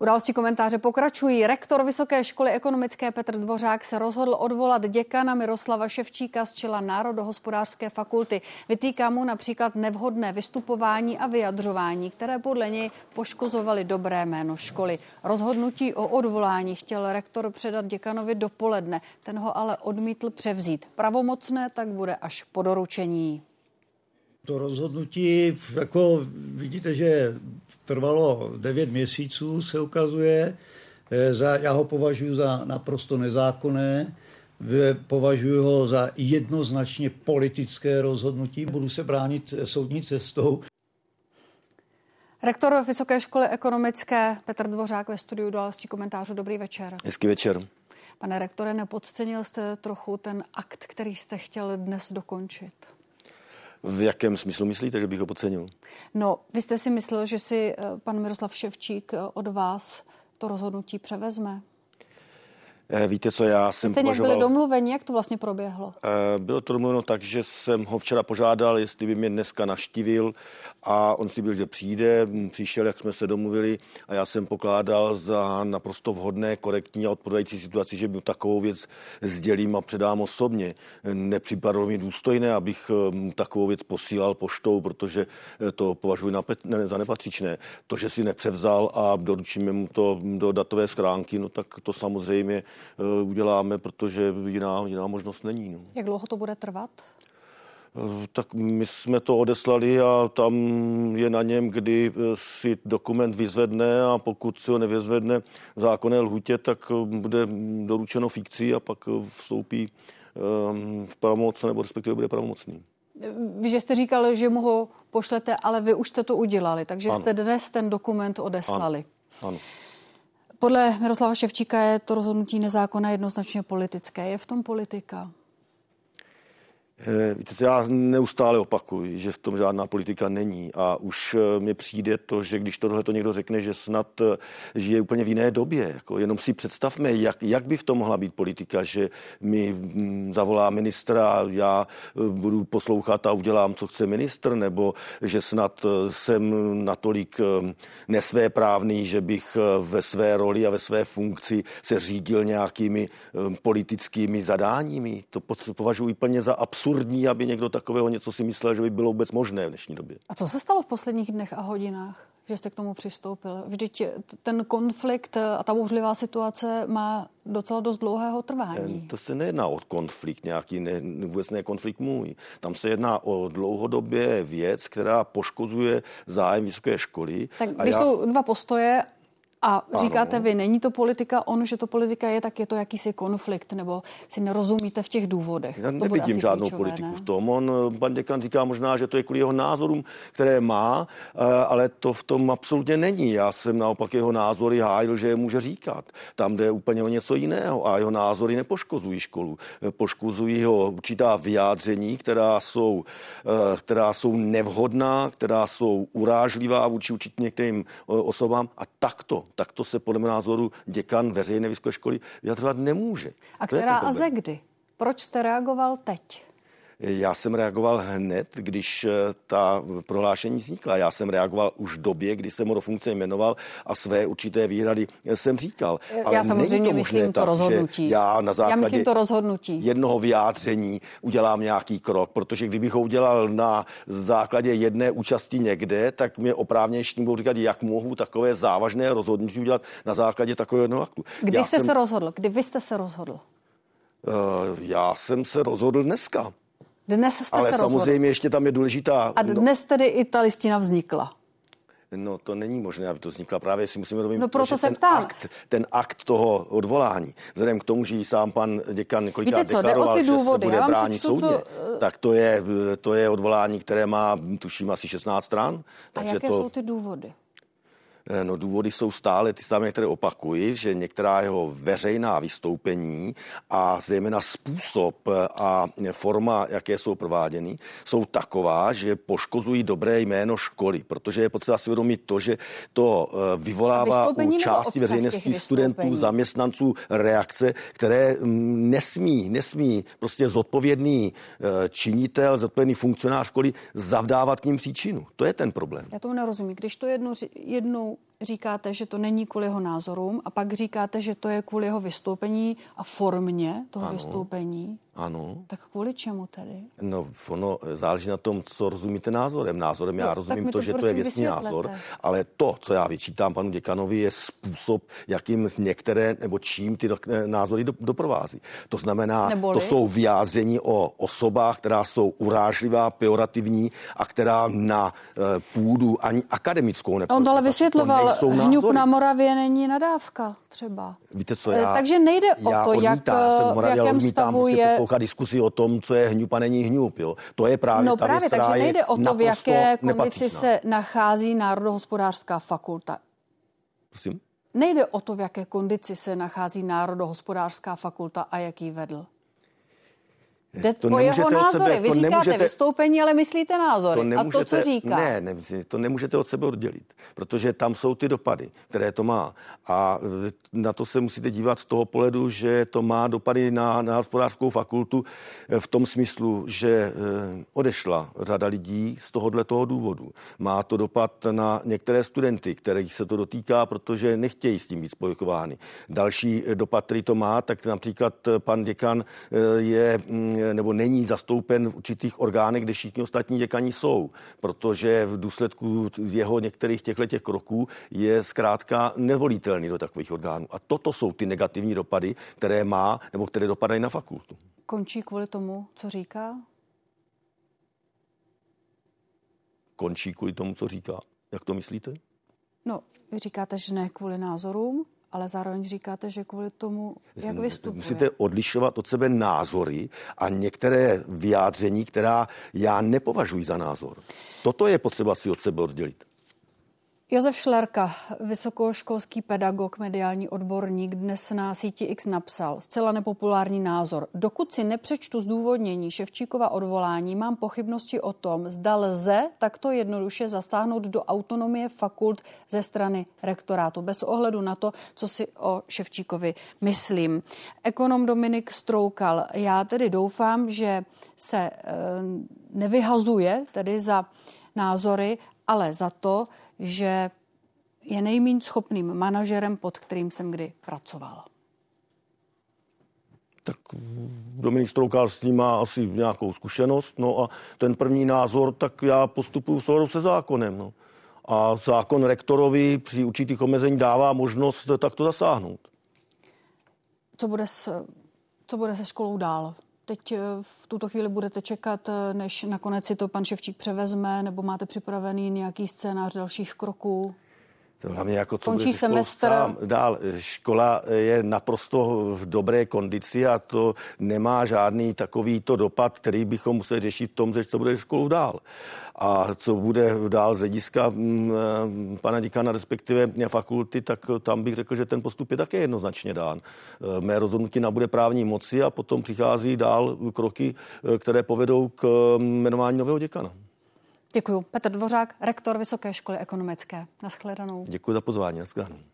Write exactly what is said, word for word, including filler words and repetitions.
Události komentáře pokračují. Rektor Vysoké školy ekonomické Petr Dvořák se rozhodl odvolat děkana Miroslava Ševčíka z čela Národohospodářské fakulty. Vytýká mu například nevhodné vystupování a vyjadřování, které podle něj poškozovaly dobré jméno školy. Rozhodnutí o odvolání chtěl rektor předat děkanovi dopoledne. Ten ho ale odmítl převzít. Pravomocné tak bude až po doručení. To rozhodnutí, jako vidíte, že trvalo devět měsíců, se ukazuje. Já ho považuji za naprosto nezákonné, považuji ho za jednoznačně politické rozhodnutí. Budu se bránit soudní cestou. Rektor Vysoké školy ekonomické Petr Dvořák ve studiu Události komentářů. Dobrý večer. Hezký večer. Pane rektore, nepodcenil jste trochu ten akt, který jste chtěl dnes dokončit? V jakém smyslu myslíte, že bych ho podcenil? No, vy jste si myslel, že si pan Miroslav Ševčík od vás to rozhodnutí převezme? Víte, co já jsem Jste považoval... nějak byli domluveni, jak to vlastně proběhlo? Bylo to domluveno tak, že jsem ho včera požádal, jestli by mě dneska navštívil a on si byl, že přijde, přišel, jak jsme se domluvili a já jsem pokládal za naprosto vhodné, korektní a odpovídající situaci, že mu takovou věc sdělím a předám osobně. Nepřipadalo mi důstojné, abych takovou věc posílal poštou, protože to považuji za nepatřičné. To, že si nepřevzal a doručíme mu to do datové schránky, no tak to samozřejmě uděláme, protože jiná, jiná možnost není. No. Jak dlouho to bude trvat? Tak my jsme to odeslali a tam je na něm, kdy si dokument vyzvedne a pokud si ho nevyzvedne v zákonné lhůtě, tak bude doručeno fikcí a pak vstoupí v pravomoc, nebo respektive bude pravomocný. Vy, že jste říkal, že mu ho pošlete, ale vy už jste to udělali, takže ano. Jste dnes ten dokument odeslali. Ano. ano. Podle Miroslava Ševčíka je to rozhodnutí nezákonné, jednoznačně politické. Je v tom politika? Víte, já neustále opakuji, že v tom žádná politika není a už mi přijde to, že když tohle to někdo řekne, že snad žije úplně v jiné době. Jako jenom si představme, jak, jak by v tom mohla být politika, že mi zavolá ministra, já budu poslouchat a udělám, co chce ministr, nebo že snad jsem natolik nesvéprávný, že bych ve své roli a ve své funkci se řídil nějakými politickými zadáními. To považuji úplně za absurdní. absurdní, aby někdo takového něco si myslel, že by bylo vůbec možné v dnešní době. A co se stalo v posledních dnech a hodinách, že jste k tomu přistoupil? Vždyť ten konflikt a ta bouřlivá situace má docela dost dlouhého trvání. To se nejedná o konflikt, nějaký ne, vůbec ne konflikt můj. Tam se jedná o dlouhodobě věc, která poškozuje zájem vysoké školy. Tak když já... jsou dva postoje a říkáte ano. Vy, není to politika, on, že to politika je, tak je to jakýsi konflikt, nebo si nerozumíte v těch důvodech. Já nevidím žádnou klíčové, politiku ne? v tom. On, pan děkan říká možná, že to je kvůli jeho názorům, které má, ale to v tom absolutně není. Já jsem naopak jeho názory hájil, že je může říkat. Tam jde úplně o něco jiného a jeho názory nepoškozují školu. Poškozují ho určitá vyjádření, která jsou, která jsou nevhodná, která jsou urážlivá vůči určitě některým osobám a takto takto se podle mého názoru děkan veřejné vysoké školy vyjadřovat nemůže. A která a ze kdy? Proč jste reagoval teď? Já jsem reagoval hned, když ta prohlášení vznikla. Já jsem reagoval už v době, kdy jsem ho do funkce jmenoval a své určité výhrady jsem říkal. Ale já samozřejmě to myslím to rozhodnutí. Já na základě já myslím to rozhodnutí. jednoho vyjádření udělám nějaký krok, protože kdybych ho udělal na základě jedné účasti někde, tak mě oprávnější budou říkat, jak mohu takové závažné rozhodnutí udělat na základě takového jednoho aktu. Kdy já jste jsem, se rozhodl? Kdy vy jste se rozhodl? Uh, já jsem se rozhodl dneska. Dnes jste Ale se samozřejmě rozhodl. ještě tam je důležitá... A dnes tedy i ta listina vznikla. No to není možné, aby to vznikla. Právě si musíme rozumět, no proto se ten akt, ten akt toho odvolání, vzhledem k tomu, že ji sám pan děkan několikrát deklaroval, že se bude bránit soudně, co... tak to je, to je odvolání, které má, tuším, asi šestnáct stran. A jaké to... jsou ty důvody? No, důvody jsou stále ty samé, které opakuji, že některá jeho veřejná vystoupení a zejména způsob a forma, jaké jsou prováděny, jsou taková, že poškozují dobré jméno školy, protože je potřeba si uvědomit to, že to vyvolává u části veřejnosti studentů, zaměstnanců reakce, které nesmí, nesmí prostě zodpovědný činitel, zodpovědný funkcionář školy zavdávat k ním příčinu. To je ten problém. Já tomu nerozumím. Když to jednou, jednou říkáte, že to není kvůli jeho názorům a pak říkáte, že to je kvůli jeho vystoupení a formě toho ano, vystoupení. Ano. Tak kvůli čemu tedy? No, ono záleží na tom, co rozumíte názorem. Názorem já no, rozumím to, to, že to je věcný názor, ale to, co já vyčítám panu děkanovi, je způsob, jakým některé nebo čím ty názory doprovází. To znamená, Neboli? to jsou vyjádření o osobách, která jsou urážlivá, pejorativní a která na půdu ani akademickou nepatří. On to ale vysvětloval, hňup na Moravě není nadávka třeba. Víte co, já, Takže nejde o to, jak, v jakém stavu je... poslouchat diskusi o tom, co je hňup a není hňup. Jo. To je právě no ta právě, věc, takže nejde o to, v jaké kondici nepatřičná. se nachází Národohospodářská fakulta. Prosím? Nejde o to, v jaké kondici se nachází Národohospodářská fakulta a jak ji vedl. Jde to po jeho názory. Sebe, Vy říkáte nemůžete, vystoupení, ale myslíte názory. To nemůžete, a to, co říká. Ne, ne, to nemůžete od sebe oddělit, protože tam jsou ty dopady, které to má. A na to se musíte dívat z toho pohledu, že to má dopady na, na hospodářskou fakultu v tom smyslu, že odešla řada lidí z tohohle toho důvodu. Má to dopad na některé studenty, kterých se to dotýká, protože nechtějí s tím být spojovány. Další dopad, který to má, tak například pan děkan je nebo není zastoupen v určitých orgánech, kde všichni ostatní děkani jsou, protože v důsledku jeho některých těchto kroků je zkrátka nevolitelný do takových orgánů. A toto jsou ty negativní dopady, které má, nebo které dopadají na fakultu. Končí kvůli tomu, co říká? Končí kvůli tomu, co říká. Jak to myslíte? No, vy říkáte, že ne kvůli názorům, ale zároveň říkáte, že kvůli tomu, jak vystupuje. Musíte odlišovat od sebe názory a některé vyjádření, která já nepovažuji za názor. Toto je potřeba si od sebe oddělit. Josef Šlerka, vysokoškolský pedagog, mediální odborník, dnes na síti X napsal zcela nepopulární názor. Dokud si nepřečtu zdůvodnění Ševčíkova odvolání, mám pochybnosti o tom, zda lze takto jednoduše zasáhnout do autonomie fakult ze strany rektorátu, bez ohledu na to, co si o Ševčíkovi myslím. Ekonom Dominik Stroukal, já tedy doufám, že se e, nevyhazuje tedy za názory, ale za to, že je nejméně schopným manažerem, pod kterým jsem kdy pracoval. Tak Dominik Stroukal s ním má asi nějakou zkušenost, no a ten první názor, tak já postupuji v souladu se zákonem, no. A zákon rektorovi při určitých omezení dává možnost takto zasáhnout. Co bude s, co bude se školou dál? Teď v tuto chvíli budete čekat, než nakonec si to pan Ševčík převezme, nebo máte připravený nějaký scénář dalších kroků? To hlavně jako co končí semestr. Sám. Dál. Škola je naprosto v dobré kondici a to nemá žádný takovýto dopad, který bychom museli řešit v tom, že co bude školou dál. A co bude dál z hlediska m, pana děkana, respektive fakulty, tak tam bych řekl, že ten postup je také jednoznačně dán. Mé rozhodnutí nabude právní moci a potom přichází dál kroky, které povedou k jmenování nového děkana. Děkuju. Petr Dvořák, rektor Vysoké školy ekonomické. Nashledanou. Děkuji za pozvání. Nashledanou.